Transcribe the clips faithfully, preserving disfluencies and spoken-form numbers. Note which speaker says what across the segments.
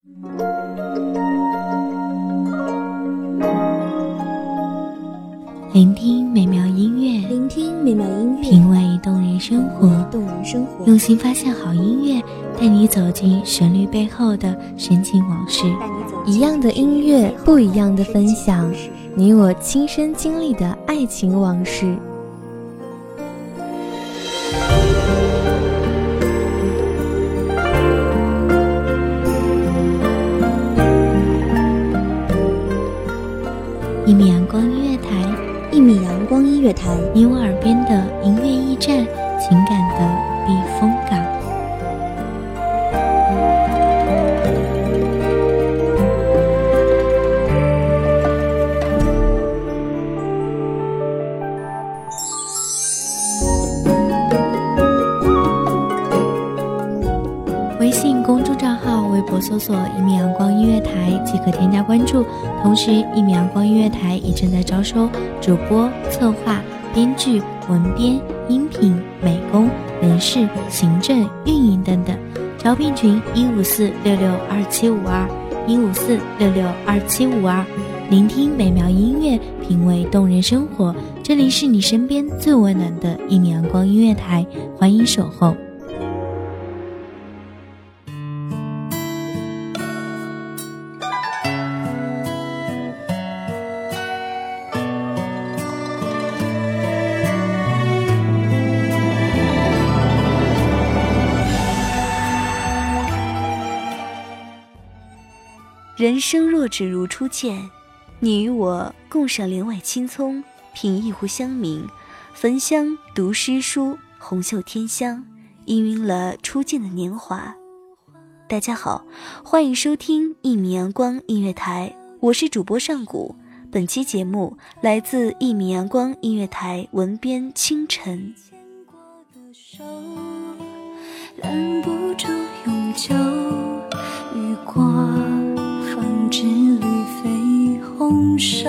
Speaker 1: 聆听美妙音乐，
Speaker 2: 聆听美妙音乐，
Speaker 1: 品味动人生活，
Speaker 2: 动人生活，
Speaker 1: 用心发现好音乐，带你走进旋律背后的深情往事。
Speaker 2: 一样的音乐，不一样的分享，你我亲身经历的爱情往事。
Speaker 1: 一米阳光音乐台，
Speaker 2: 一米阳光音乐台，
Speaker 1: 你我耳边的音乐驿站，情感的避风港。微信公众账号、微博搜索“一米阳光音乐台”即可添加关注。同时，一米阳光音乐台已正在招收主播、策划、编剧、文编、音频、美工、人事、行政、运营等等。招聘群一五四六六二七五二一五四六六二七五二。聆听美妙音乐，品味动人生活。这里是你身边最温暖的一米阳光音乐台，欢迎守候。
Speaker 3: 人生若只如初见，你与我共赏帘外青葱，品一壶香茗，焚香读诗书，红袖添香，氤氲了初见的年华。大家好，欢迎收听一米阳光音乐台，我是主播上古。本期节目来自一米阳光音乐台文编清晨。
Speaker 4: 拦不住永久，雨过方知绿肥红瘦，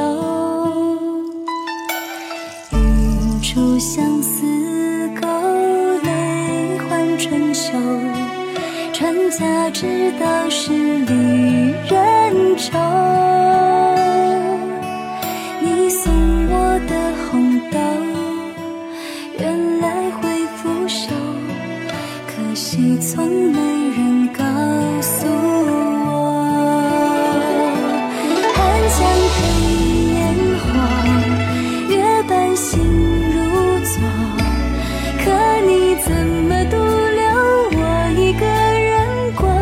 Speaker 4: 一出相思勾，泪换春秋，传家之道是离人愁。你送我的红豆，原来会腐朽，可惜从没人告诉我。寒江配烟火，月半心如昨，可你怎么独留我一个人过？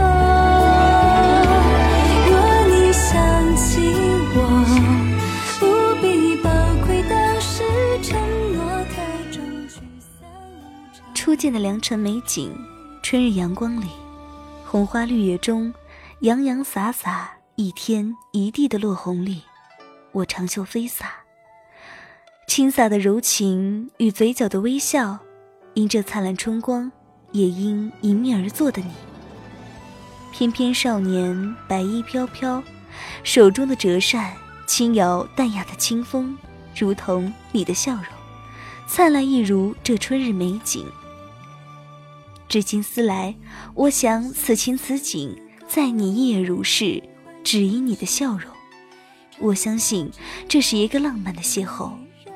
Speaker 4: 若你想起我，不必宝贵当时承诺太重，聚散无常。
Speaker 3: 初见的良辰美景，春日阳光里，红花绿叶中，洋洋洒洒，一天一地的落红里，我长袖飞洒，轻洒的柔情与嘴角的微笑，因这灿烂春光，也因迎面而坐的你。翩翩少年，白衣飘飘，手中的折扇轻摇淡雅的清风，如同你的笑容，灿烂一如这春日美景。至今思来，我想此情此景，在你亦如是，只因你的笑容。我相信这是一个浪漫的邂逅。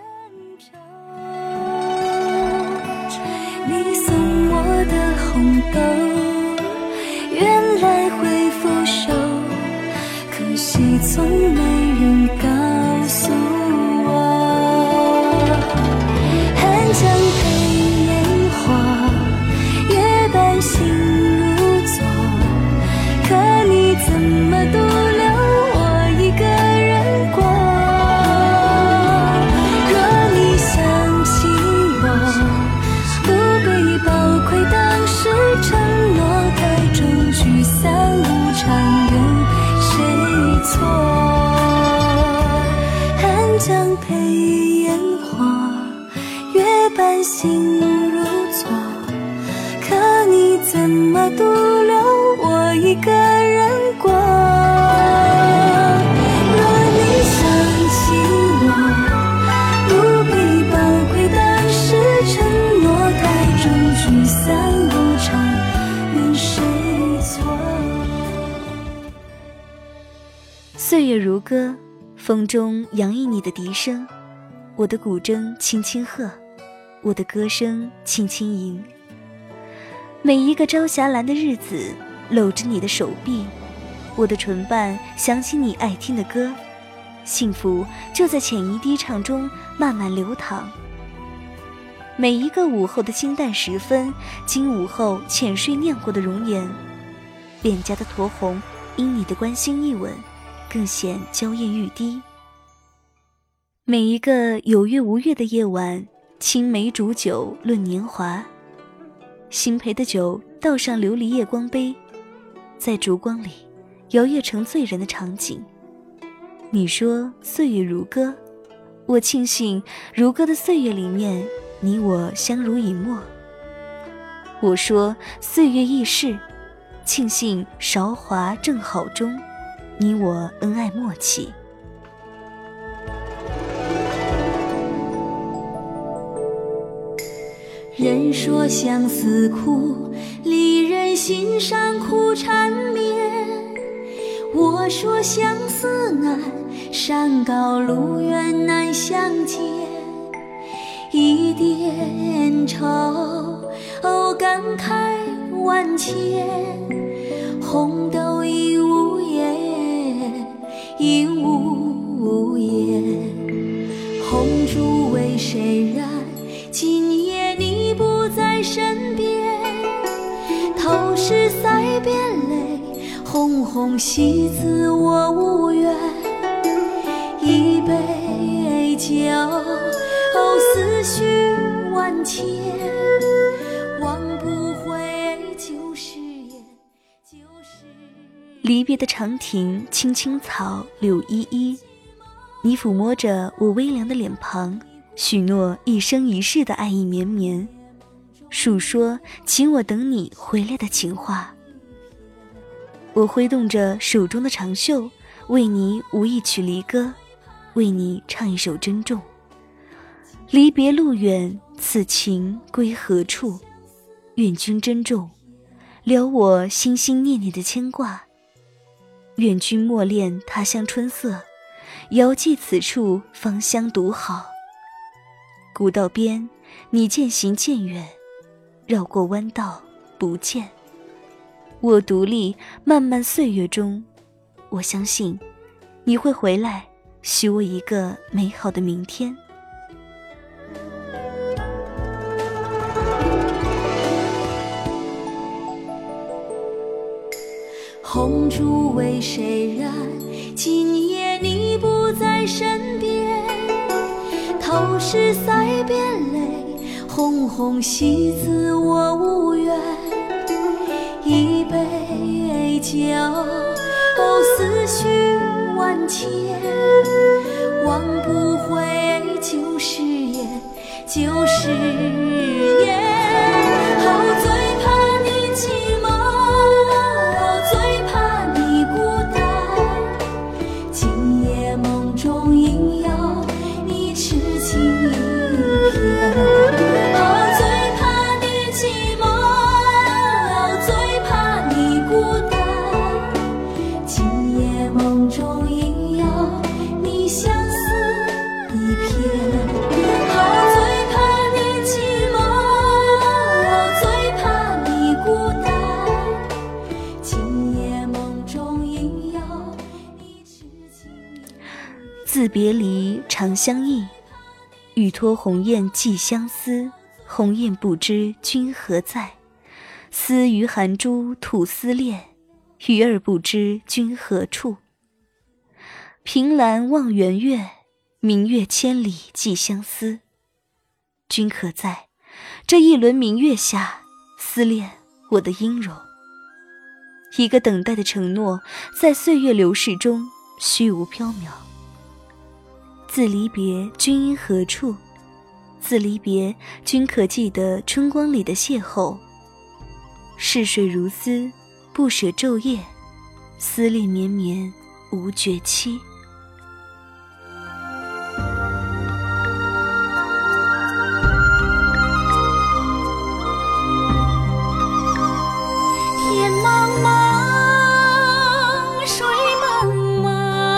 Speaker 4: 你送我的红豆，原来会腐朽，可惜从没人告诉我。寒江配烟火，月半心如昨，可你怎么独留我一个人过？若你想起我，不必宝贵当时承诺太重，聚散无常，有谁错？寒江配烟火，月半心如昨，可你怎么独留我一个人过？若你想起我，不必宝贵当时承诺太重，聚散无常，任谁错？
Speaker 3: 岁月如歌，风中洋溢你的笛声，我的古筝轻轻和，我的歌声轻轻吟。每一个朝霞蓝的日子，搂着你的手臂，我的唇瓣想起你爱听的歌，幸福就在浅吟低唱中慢慢流淌。每一个午后的清淡时分，经午后浅睡念过的容颜，脸颊的酡红因你的关心一吻更显娇艳欲滴。每一个有月无月的夜晚，青梅煮酒论年华，新培的酒倒上琉璃夜光杯，在烛光里摇曳成醉人的场景。你说岁月如歌，我庆幸如歌的岁月里面，你我相濡以沫。我说岁月易逝，庆幸韶华正好中，你我恩爱默契。
Speaker 4: 人说相思苦，离人心上苦缠绵。我说相思难，山高路远难相见。一点愁，哦，感慨万千。红豆应无言，应无言。红烛为谁燃？今夜你不在身边，头是腮边泪，红红喜字我无缘。一杯酒，哦，思绪万千，忘不回旧誓言，旧誓言。
Speaker 3: 离别的长亭，青青草，柳依依，你抚摸着我微凉的脸庞，许诺一生一世的爱意绵绵，述说请我等你回来的情话。我挥动着手中的长袖，为你舞一曲离歌，为你唱一首珍重。离别路远，此情归何处？愿君珍重，留我心心念念的牵挂。愿君默恋他乡春色，遥寄此处芳香独好。古道边，你渐行渐远，绕过弯道不见。我独立漫漫岁月中，我相信你会回来，许我一个美好的明天。
Speaker 4: 红烛为谁燃？今夜你不在身边，头是腮边泪，红红喜字我无缘。一杯酒，哦，思绪万千，忘不回旧誓言，旧誓言。哦，最怕你寂寞，哦，最怕你孤单。今夜梦中萦绕你痴情一片。
Speaker 3: 自别离，长相忆。欲托鸿雁寄相思，鸿雁不知君何在。思于寒珠吐思恋，鱼儿不知君何处。凭栏望圆月，明月千里寄相思。君可在这一轮明月下，思恋我的音容。一个等待的承诺，在岁月流逝中虚无缥缈。自离别，君因何处？自离别，君可记得春光里的邂逅？逝水如丝，不舍昼夜，思恋绵绵无绝期。
Speaker 4: 天茫茫，水茫茫，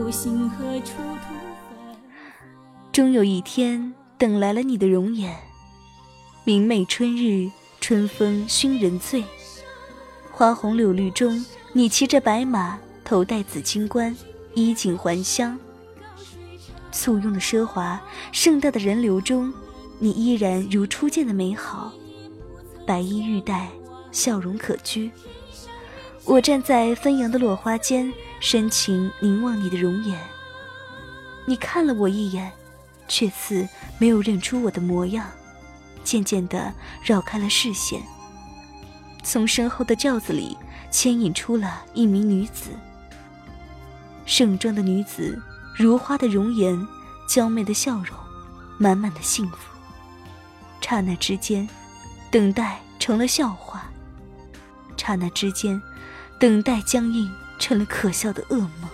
Speaker 4: 流星何处吐芬。
Speaker 3: 终有一天等来了你的容颜，明媚春日，春风熏人醉。花红柳绿中，你骑着白马，头戴紫金冠，衣锦还乡。簇拥的奢华，盛大的人流中，你依然如初见的美好，白衣玉带，笑容可掬。我站在纷扬的落花间，深情凝望你的容颜。你看了我一眼，却似没有认出我的模样，渐渐地绕开了视线。从身后的轿子里牵引出了一名女子，盛装的女子，如花的容颜，娇媚的笑容，满满的幸福。刹那之间，等待成了笑话，刹那之间，等待僵硬成了可笑的噩梦。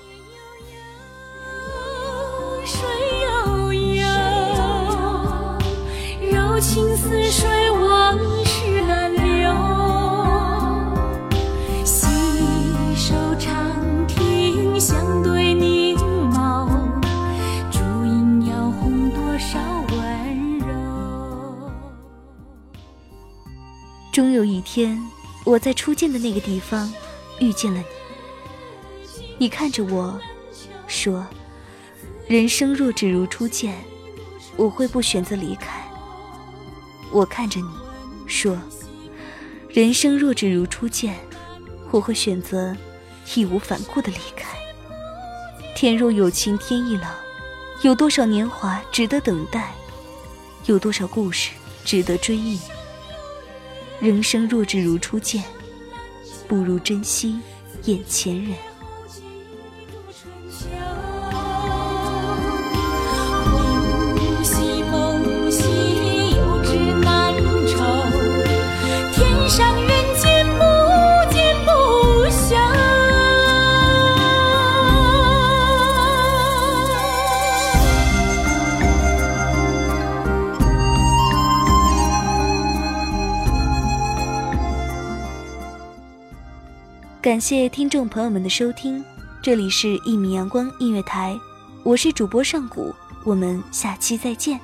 Speaker 4: 水悠悠，柔情似水，往事难留。细手长亭，相对凝眸，烛影摇红多少温柔。
Speaker 3: 终有一天，我在初见的那个地方遇见了你。你看着我说，人生若只如初见，我会不选择离开。我看着你说，人生若只如初见，我会选择义无反顾地离开。天若有情天亦老，有多少年华值得等待，有多少故事值得追忆。人生若只如初见，不如珍惜眼前人。
Speaker 4: 魂兮梦兮，有知难酬，天上人间不见不休。
Speaker 3: 感谢听众朋友们的收听，这里是一米阳光音乐台，我是主播上古，我们下期再见。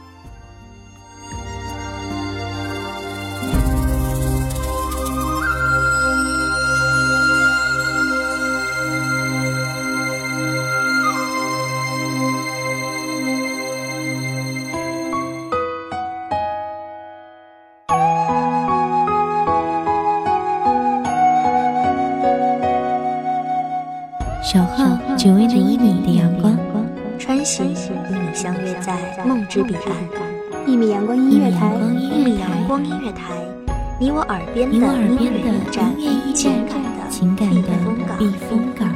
Speaker 1: 守候只为那一米的阳光，
Speaker 2: 穿行与你相约在梦之彼岸。
Speaker 5: 一米阳光音乐台，
Speaker 2: 一米阳光音乐台，你我耳边的
Speaker 1: 你我耳边
Speaker 2: 音乐驿站，
Speaker 1: 音乐驿站，情感的避风港。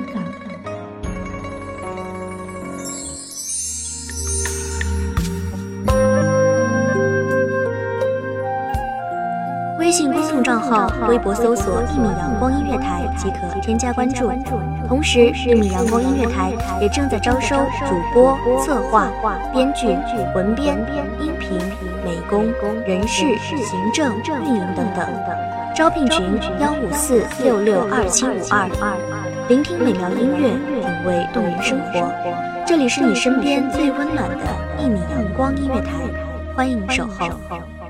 Speaker 2: 微信公众账号、微博搜索“一米阳光音乐台”即可添加关注。同时，一米阳光音乐台也正在招收主播、策划、编剧、文编、音频、美工、人事、行政、运营等等。招聘群：幺五四六六二七五二。聆听美妙音乐，品味动人生活。这里是你身边最温暖的一米阳光音乐台，欢迎守候。